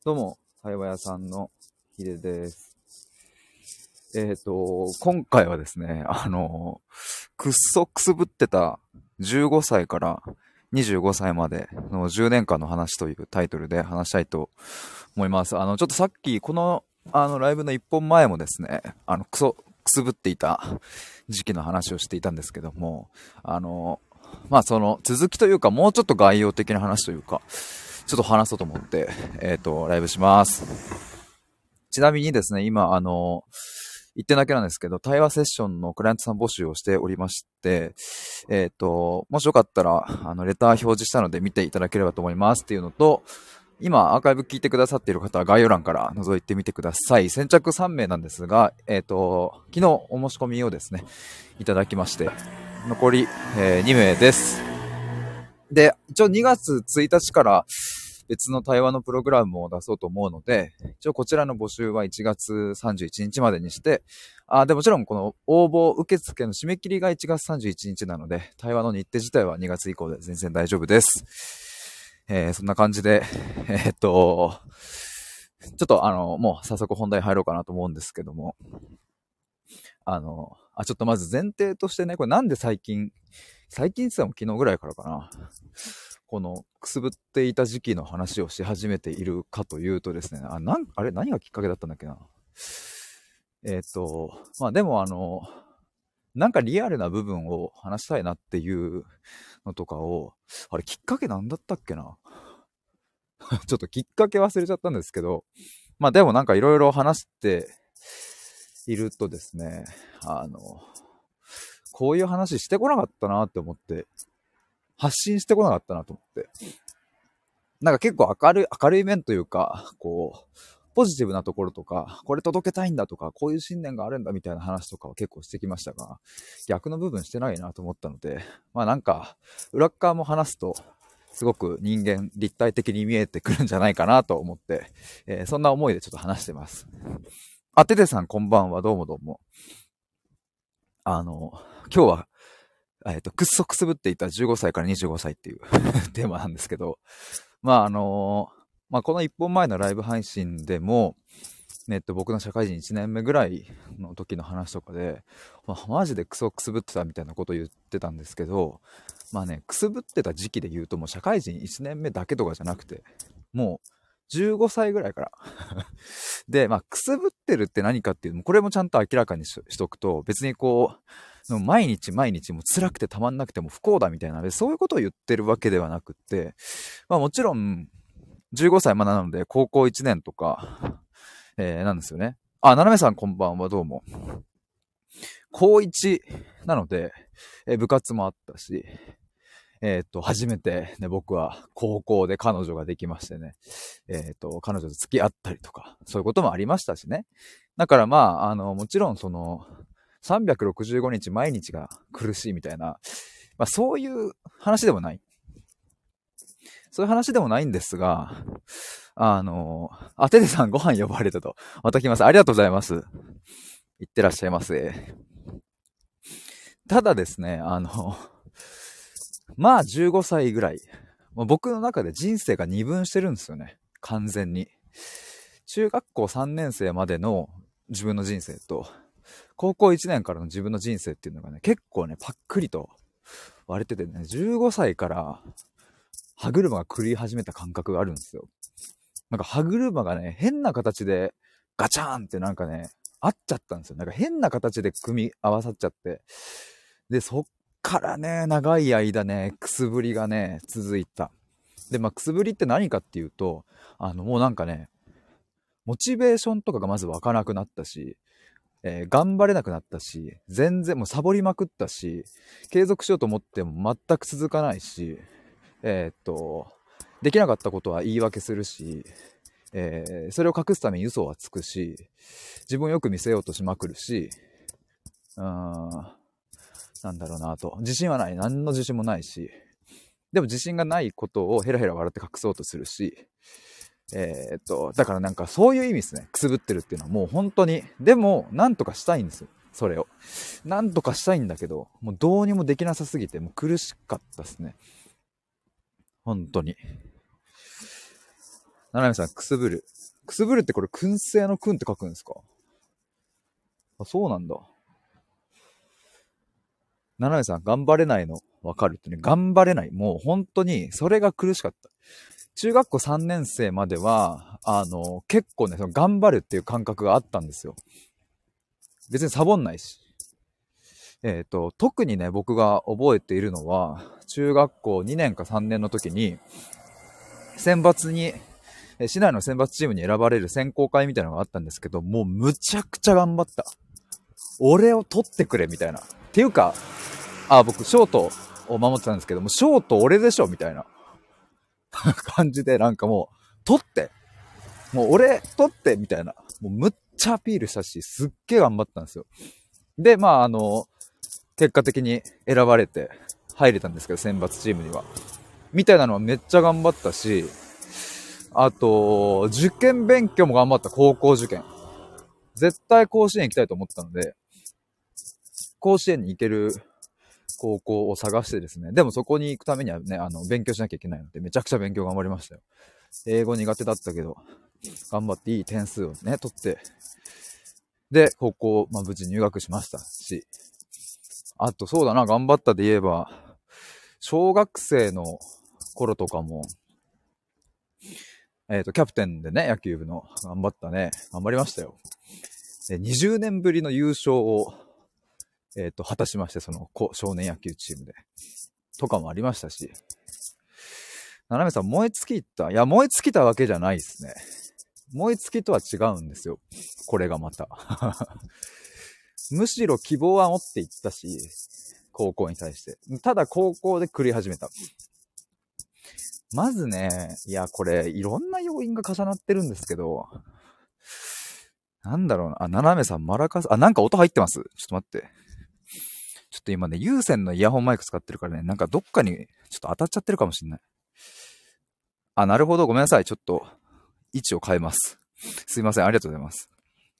どうも、対話屋さんのヒデです。今回はですね、くっそくすぶってた15歳から25歳までの10年間の話というタイトルで話したいと思います。ちょっとさっき、この、ライブの1本前もですね、くすぶっていた時期の話をしていたんですけども、その続きというか、もうちょっと概要的な話というか、ちょっと話そうと思って、ライブします。ちなみにですね、今、言ってだけなんですけど、対話セッションのクライアントさん募集をしておりまして、もしよかったら、レター表示したので見ていただければと思いますっていうのと、今、アーカイブ聞いてくださっている方は概要欄から覗いてみてください。先着3名なんですが、昨日お申し込みをですね、いただきまして、残り、2名です。で、一応2月1日から別の対話のプログラムを出そうと思うので、一応こちらの募集は1月31日までにして、で、もちろんこの応募受付の締め切りが1月31日なので、対話の日程自体は2月以降で全然大丈夫です。そんな感じで、ちょっともう早速本題入ろうかなと思うんですけども、ちょっとまず前提としてね、これなんで最近って言っても昨日ぐらいからかな、このくすぶっていた時期の話をし始めているかというとですね、あれ何がきっかけだったんだっけな。でもなんかリアルな部分を話したいなっていうのとかを、あれきっかけなんだったっけな。ちょっときっかけ忘れちゃったんですけど、でもなんかいろいろ話しているとですね、こういう話してこなかったなって思って、発信してこなかったなと思って。なんか結構明るい面というか、こう、ポジティブなところとか、これ届けたいんだとか、こういう信念があるんだみたいな話とかは結構してきましたが、逆の部分してないなと思ったので、なんか、裏側も話すと、すごく人間立体的に見えてくるんじゃないかなと思って、そんな思いでちょっと話してます。ててさんこんばんは、どうもどうも。今日は、くっそくすぶっていた15歳から25歳っていうテーマなんですけど、この一本前のライブ配信でも、僕の社会人1年目ぐらいの時の話とかで、マジでクソくすぶってたみたいなことを言ってたんですけど、くすぶってた時期で言うともう社会人1年目だけとかじゃなくて、もう15歳ぐらいからで、くすぶってるって何かっていうのこれもちゃんと明らかにしとくと、別にこう、毎日毎日も辛くてたまんなくても不幸だみたいな、そういうことを言ってるわけではなくって、もちろん、15歳までなので、高校1年とか、なんですよね。ななめさんこんばんは、どうも。高1なので、部活もあったし、初めてね、僕は高校で彼女ができましてね、彼女と付き合ったりとか、そういうこともありましたしね。だからもちろんその、365日毎日が苦しいみたいな、そういう話でもない。そういう話でもないんですが、ててさんご飯呼ばれたと。また来ます。ありがとうございます。いってらっしゃいませ。ただですね、15歳ぐらい。僕の中で人生が二分してるんですよね。完全に。中学校3年生までの自分の人生と、高校1年からの自分の人生っていうのがね、結構ね、パックリと割れててね、15歳から歯車が狂い始めた感覚があるんですよ。なんか歯車がね、変な形でガチャーンってなんかね、合っちゃったんですよ。なんか変な形で組み合わさっちゃって。で、そっからね、長い間ね、くすぶりがね、続いた。で、くすぶりって何かっていうと、もうなんかね、モチベーションとかがまず湧かなくなったし、頑張れなくなったし、全然もうサボりまくったし、継続しようと思っても全く続かないし、できなかったことは言い訳するし、それを隠すために嘘はつくし、自分をよく見せようとしまくるし、なんだろうなと。自信はない。何の自信もないし、でも自信がないことをヘラヘラ笑って隠そうとするし、だからなんかそういう意味ですね。くすぶってるっていうのはもう本当に、でも、なんとかしたいんですよ。それを。なんとかしたいんだけど、もうどうにもできなさすぎて、もう苦しかったですね。本当に。 ななみさん、くすぶる。くすぶるってこれ、燻製の燻って書くんですか？あ、そうなんだ。ななみさん、頑張れないのわかるってね。頑張れない。もう本当に、それが苦しかった。中学校3年生までは、結構ね、その頑張るっていう感覚があったんですよ。別にサボんないし。特にね、僕が覚えているのは、中学校2年か3年の時に、選抜に、市内の選抜チームに選ばれる選考会みたいなのがあったんですけど、もうむちゃくちゃ頑張った。俺を取ってくれみたいな。っていうか、僕、ショートを守ってたんですけども、ショート俺でしょみたいな感じで、なんかもう、取ってもう俺、取ってみたいな。もうむっちゃアピールしたし、すっげえ頑張ったんですよ。で、結果的に選ばれて入れたんですけど、選抜チームには。みたいなのはめっちゃ頑張ったし、あと、受験勉強も頑張った、高校受験。絶対甲子園行きたいと思ってたので、甲子園に行ける高校を探してですね。でもそこに行くためにはね、勉強しなきゃいけないので、めちゃくちゃ勉強頑張りましたよ。英語苦手だったけど、頑張っていい点数をね、取って、で、高校、無事入学しましたし、あとそうだな、頑張ったで言えば、小学生の頃とかも、キャプテンでね、野球部の、頑張ったね。頑張りましたよ。20年ぶりの優勝を、果たしまして、その、少年野球チームで。とかもありましたし。ななめさん、燃え尽きた？いや、燃え尽きたわけじゃないですね。燃え尽きとは違うんですよ。これがまた。むしろ希望は持っていったし、高校に対して。ただ高校で狂い始めた。まずね、いや、これ、いろんな要因が重なってるんですけど、なんだろうな。ななめさん、マラカス、なんか音入ってます？ちょっと待って。ちょっと今ね、有線のイヤホンマイク使ってるからね、なんかどっかにちょっと当たっちゃってるかもしんない。なるほど、ごめんなさい。ちょっと、位置を変えます。すいません、ありがとうございます。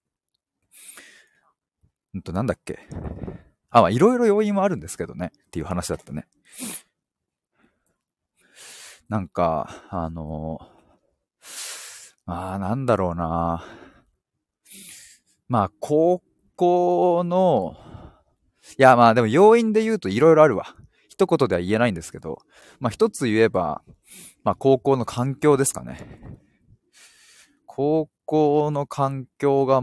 なんだっけ。いろいろ要因もあるんですけどね。っていう話だったね。なんか、なんだろうな。高校の、いや、でも要因で言うといろいろあるわ。一言では言えないんですけど、一つ言えば、高校の環境ですかね。高校の環境が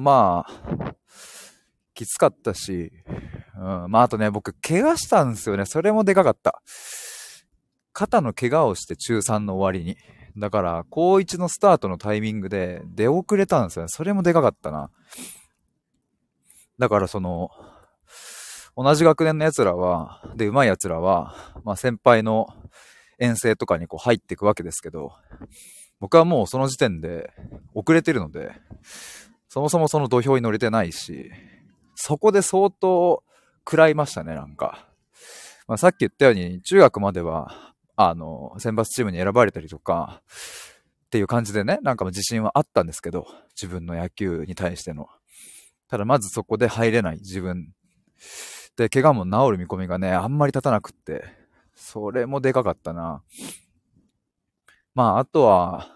きつかったし、あとね、僕、怪我したんですよね。それもでかかった。肩の怪我をして中3の終わりに。だから、高1のスタートのタイミングで出遅れたんですよね。それもでかかったな。だから同じ学年の奴らは、で、上手い奴らは、先輩の遠征とかに入っていくわけですけど、僕はもうその時点で遅れてるので、そもそもその土俵に乗れてないし、そこで相当食らいましたね、なんか。さっき言ったように、中学までは、選抜チームに選ばれたりとか、っていう感じでね、なんか自信はあったんですけど、自分の野球に対しての。ただまずそこで入れない自分。で、怪我も治る見込みがね、あんまり立たなくって、それもでかかったな。あとは、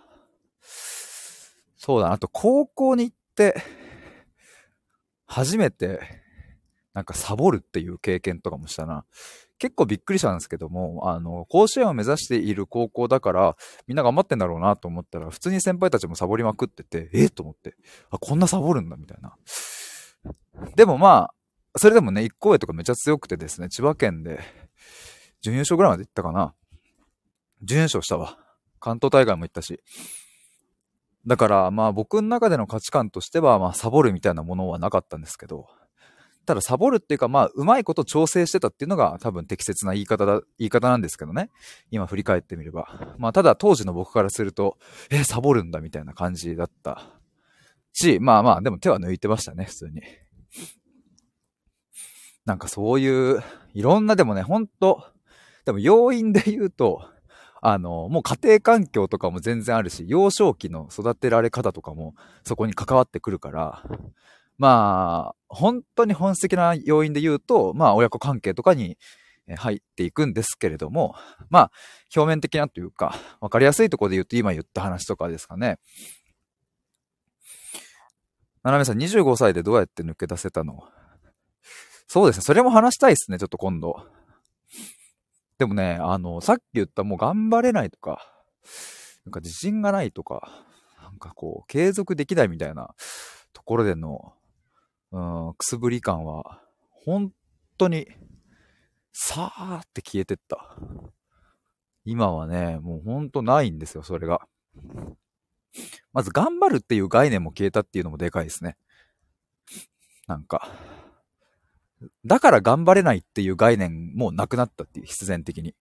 そうだな、あと高校に行って、初めて、なんかサボるっていう経験とかもしたな。結構びっくりしたんですけども、甲子園を目指している高校だから、みんな頑張ってんだろうなと思ったら、普通に先輩たちもサボりまくってて、と思って。こんなサボるんだ、みたいな。でもそれでもね、一校へとかめっちゃ強くてですね、千葉県で、準優勝ぐらいまで行ったかな。準優勝したわ。関東大会も行ったし。だから僕の中での価値観としてはサボるみたいなものはなかったんですけど、ただサボるっていうかうまいこと調整してたっていうのが多分適切な言い方なんですけどね。今振り返ってみれば。ただ当時の僕からすると、サボるんだみたいな感じだったし、でも手は抜いてましたね、普通に。なんかそういう、いろんなでもね、ほんと、でも要因で言うと、もう家庭環境とかも全然あるし、幼少期の育てられ方とかもそこに関わってくるから、本当に本質的な要因で言うと、親子関係とかに、 入っていくんですけれども、まあ、表面的なというか、わかりやすいところで言うと今言った話とかですかね。ななめさん25歳でどうやって抜け出せたの？そうですね。それも話したいですね。ちょっと今度。でもね、さっき言ったもう頑張れないとか、なんか自信がないとか、なんかこう、継続できないみたいなところでの、くすぶり感は、本当に、さーって消えてった。今はね、もう本当ないんですよ、それが。まず頑張るっていう概念も消えたっていうのもでかいですね。なんか、だから頑張れないっていう概念もなくなったっていう、必然的に。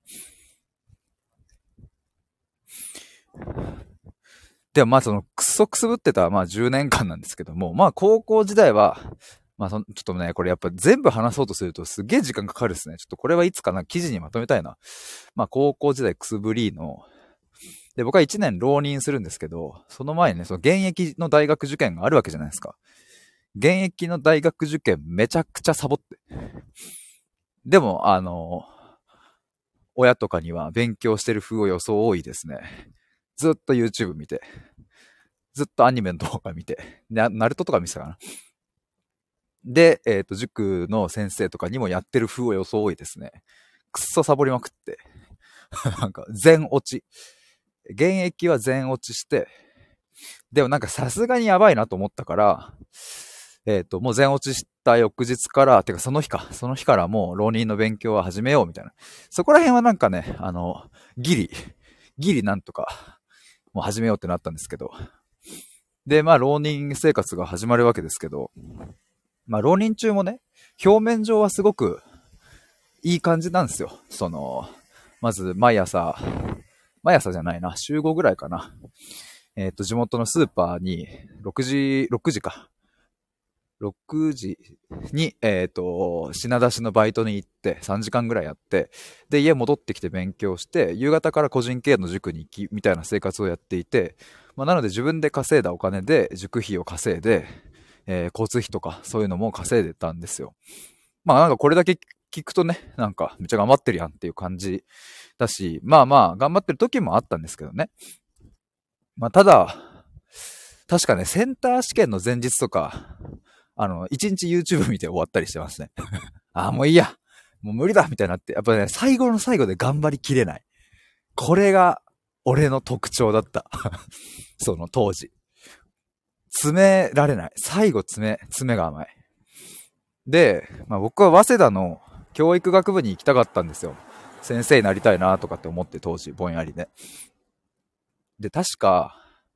でもまあそのクソくすぶってたまあ10年間なんですけども、まあ高校時代は、まあちょっとね、これやっぱ全部話そうとするとすげえ時間かかるですね。ちょっとこれはいつかな、記事にまとめたいな。まあ高校時代くすぶりの、で僕は1年浪人するんですけど、その前にね、その現役の大学受験があるわけじゃないですか。現役の大学受験めちゃくちゃサボって。でも、親とかには勉強してる風を装いですね。ずっと YouTube 見て、ずっとアニメの動画見て、ナルトとか見てたかな。で、塾の先生とかにもやってる風を装いですね。くっそサボりまくって。なんか、全落ち。現役は全落ちして、でもなんかさすがにやばいなと思ったから、もう全落ちした翌日から、てかその日か、その日からもう浪人の勉強は始めようみたいな。そこら辺はなんかね、ギリ、ギリなんとか、もう始めようってなったんですけど。で、まあ浪人生活が始まるわけですけど、まあ浪人中もね、表面上はすごくいい感じなんですよ。まず毎朝じゃないな、週5ぐらいかな。地元のスーパーに6時か。6時に、品出しのバイトに行って3時間ぐらいやって、で、家戻ってきて勉強して、夕方から個人経営の塾に行き、みたいな生活をやっていて、まあ、なので自分で稼いだお金で塾費を稼いで、交通費とかそういうのも稼いでたんですよ。まあなんかこれだけ聞くとね、なんかめっちゃ頑張ってるやんっていう感じだし、まあまあ頑張ってる時もあったんですけどね。まあただ、確かね、センター試験の前日とか、一日 YouTube 見て終わったりしてますね。あ、もういいや。もう無理だみたいになって。やっぱね、最後の最後で頑張りきれない。これが、俺の特徴だった。その当時。詰められない。最後詰めが甘い。で、まあ僕は早稲田の教育学部に行きたかったんですよ。先生になりたいなとかって思って当時、ぼんやりね。で、確か、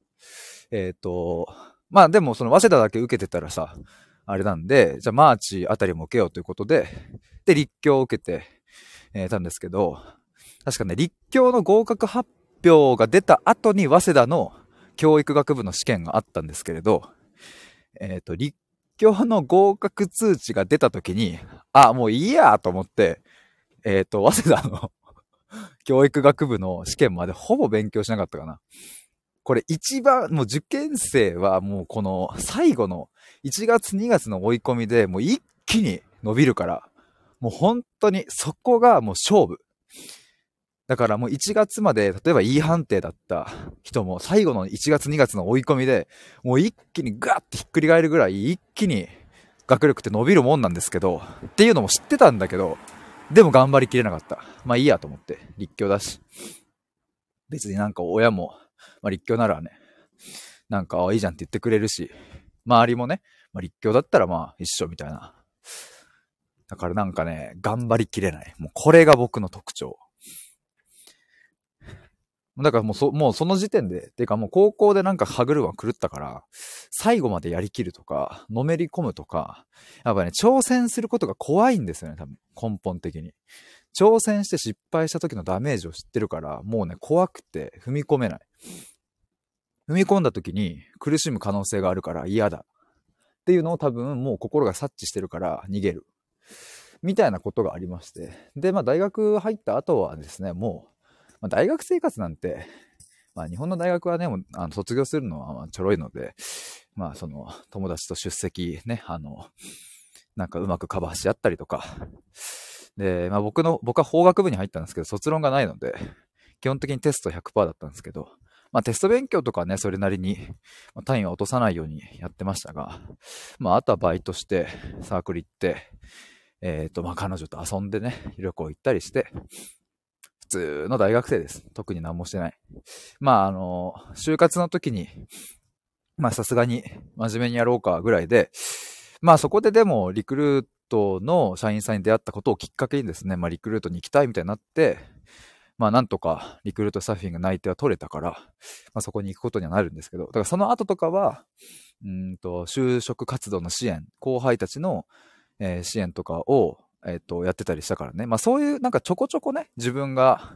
まあでもその早稲田だけ受けてたらさ、あれなんで、じゃあマーチあたりも受けようということで、で、立教を受けて、たんですけど、確かね、立教の合格発表が出た後に早稲田の教育学部の試験があったんですけれど、立教の合格通知が出た時に、あ、もういいやと思って、早稲田の教育学部の試験までほぼ勉強しなかったかな。これ一番、もう受験生はもうこの最後の1月2月の追い込みでもう一気に伸びるから、もう本当にそこがもう勝負。だからもう1月まで例えば E 判定だった人も最後の1月2月の追い込みでもう一気にガーってひっくり返るぐらい一気に学力って伸びるもんなんですけど、っていうのも知ってたんだけど、でも頑張りきれなかった。まあいいやと思って、立教だし。別になんか親も、まあ立教ならね、なんかいいじゃんって言ってくれるし、周りもね、まあ立教だったらまあ一緒みたいな。だからなんかね、頑張りきれない。もうこれが僕の特徴。だからもうその時点で、てかもう高校でなんか歯車狂ったから、最後までやりきるとか、のめり込むとか、やっぱね、挑戦することが怖いんですよね、多分、根本的に。挑戦して失敗した時のダメージを知ってるから、もうね、怖くて踏み込めない。踏み込んだ時に苦しむ可能性があるから嫌だ。っていうのを多分もう心が察知してるから逃げる。みたいなことがありまして。で、まあ大学入った後はですね、もう、まあ、大学生活なんて、まあ日本の大学はね、もう卒業するのはまあちょろいので、まあその友達と出席ね、なんかうまくカバーし合ったりとか、 で、僕は法学部に入ったんですけど、卒論がないので、基本的にテスト100%だったんですけど、テスト勉強とかはね、それなりに、単位は落とさないようにやってましたが、あとはバイトして、サークル行って、彼女と遊んでね、旅行行ったりして、普通の大学生です。特に何もしてない。就活の時に、さすがに真面目にやろうかぐらいで、そこででもリクルートの社員さんに出会ったことをきっかけにですね、リクルートに行きたいみたいになって、なんとかリクルートスタッフィング内定は取れたから、そこに行くことにはなるんですけど、だからその後とかは、就職活動の支援、後輩たちの、支援とかを、やってたりしたからね。そういうなんかちょこちょこね、自分が、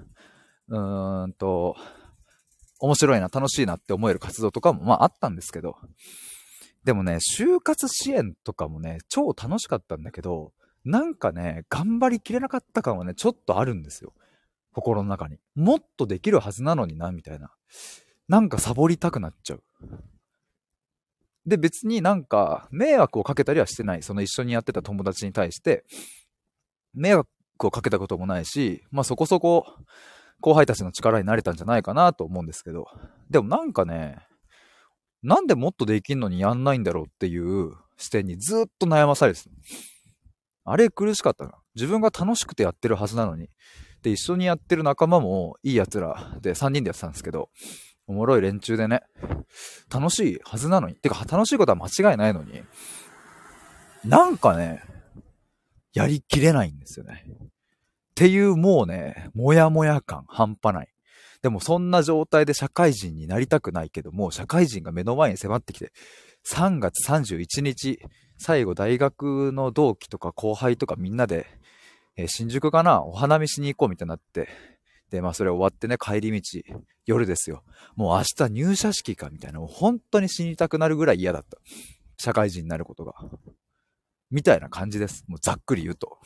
面白いな、楽しいなって思える活動とかもあったんですけど、でもね、就活支援とかもね、超楽しかったんだけど、なんかね、頑張りきれなかった感はね、ちょっとあるんですよ。心の中に。もっとできるはずなのにな、みたいな。なんかサボりたくなっちゃう。で、別になんか迷惑をかけたりはしてない。その一緒にやってた友達に対して、迷惑をかけたこともないし、そこそこ後輩たちの力になれたんじゃないかなと思うんですけど。でもなんかね、なんでもっとできんのにやんないんだろうっていう視点にずっと悩まされてた。あれ苦しかったな。自分が楽しくてやってるはずなのに。で、一緒にやってる仲間もいい奴らで3人でやってたんですけど、おもろい連中でね、楽しいはずなのに。てか、楽しいことは間違いないのに、なんかね、やりきれないんですよね。っていうもうね、もやもや感半端ない。でもそんな状態で社会人になりたくないけども、社会人が目の前に迫ってきて、3月31日、最後大学の同期とか後輩とかみんなで、新宿かなお花見しに行こうみたいになって、で、それ終わってね、帰り道、夜ですよ。もう明日入社式かみたいな、もう本当に死にたくなるぐらい嫌だった。社会人になることが。みたいな感じです。もうざっくり言うと。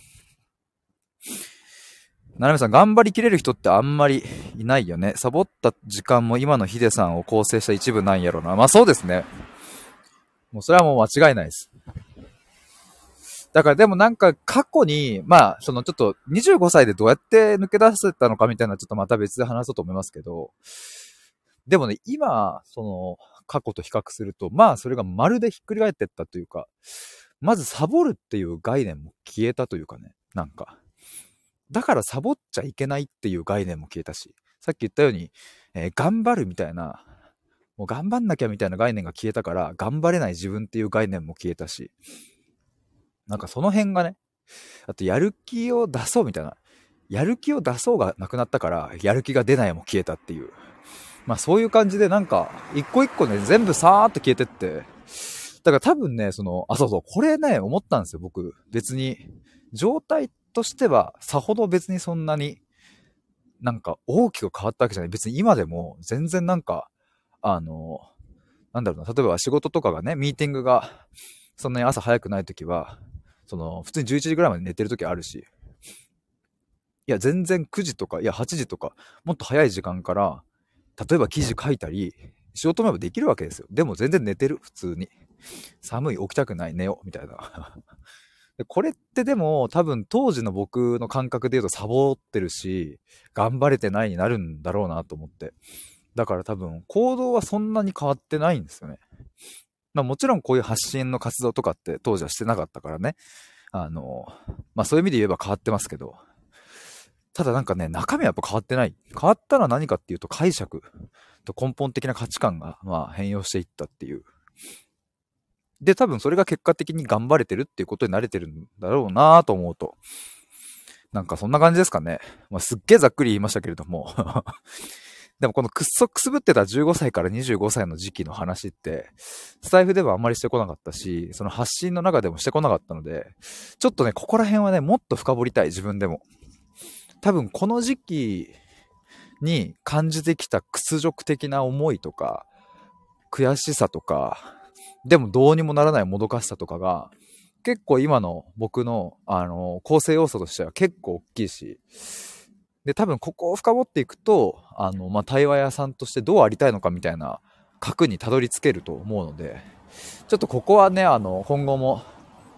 ななめさん、頑張りきれる人ってあんまりいないよね。サボった時間も今のヒデさんを構成した一部なんやろな。そうですね。もうそれはもう間違いないです。だからでもなんか過去に、そのちょっと25歳でどうやって抜け出せたのかみたいなちょっとまた別で話そうと思いますけど、でもね、今、その過去と比較すると、それがまるでひっくり返ってったというか、まずサボるっていう概念も消えたというかね、なんか。だからサボっちゃいけないっていう概念も消えたし、さっき言ったように、頑張るみたいな、もう頑張んなきゃみたいな概念が消えたから、頑張れない自分っていう概念も消えたし、なんかその辺がね、あとやる気を出そうみたいな、やる気を出そうがなくなったから、やる気が出ないも消えたっていう。そういう感じでなんか、一個一個ね、全部さーっと消えてって、だから多分ね、そうそう、これね、思ったんですよ、僕。別に、状態としては、さほど別にそんなに、なんか大きく変わったわけじゃない。別に今でも、全然なんか、なんだろうな、例えば仕事とかがね、ミーティングが、そんなに朝早くないときは、普通に11時ぐらいまで寝てるときあるし、いや、全然9時とか、いや、8時とか、もっと早い時間から、例えば記事書いたり、しようと思えばできるわけですよ。でも全然寝てる、普通に。寒い、起きたくない、寝よう、みたいな。でこれってでも、多分当時の僕の感覚で言うとサボってるし、頑張れてないになるんだろうなと思って。だから多分、行動はそんなに変わってないんですよね。もちろんこういう発信の活動とかって当時はしてなかったからね。そういう意味で言えば変わってますけど、ただなんかね、中身はやっぱ変わってない。変わったのは何かっていうと解釈と根本的な価値観が変容していったっていう。で、多分それが結果的に頑張れてるっていうことに慣れてるんだろうなと思うと。なんかそんな感じですかね。すっげえざっくり言いましたけれども。でもこのくっそくすぶってた15歳から25歳の時期の話って、スタイフではあんまりしてこなかったし、その発信の中でもしてこなかったので、ちょっとね、ここら辺はね、もっと深掘りたい、自分でも。多分この時期に感じてきた屈辱的な思いとか、悔しさとか、でもどうにもならないもどかしさとかが、結構今の僕の、構成要素としては結構大きいし、で、多分ここを深掘っていくと、対話屋さんとしてどうありたいのかみたいな核にたどり着けると思うので、ちょっとここはね、今後も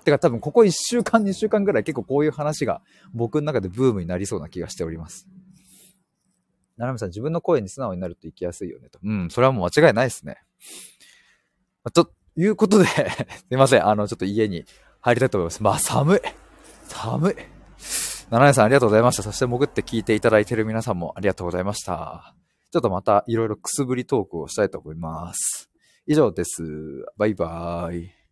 てか多分ここ1週間2週間ぐらい結構こういう話が僕の中でブームになりそうな気がしております。ななみさん、自分の声に素直になると生きやすいよねと。うん、それはもう間違いないですね。ということで、すいません。ちょっと家に入りたいと思います。まあ、寒い。寒い。ななみさん、ありがとうございました。そして潜って聞いていただいている皆さんもありがとうございました。ちょっとまたいろいろくすぶりトークをしたいと思います。以上です。バイバーイ。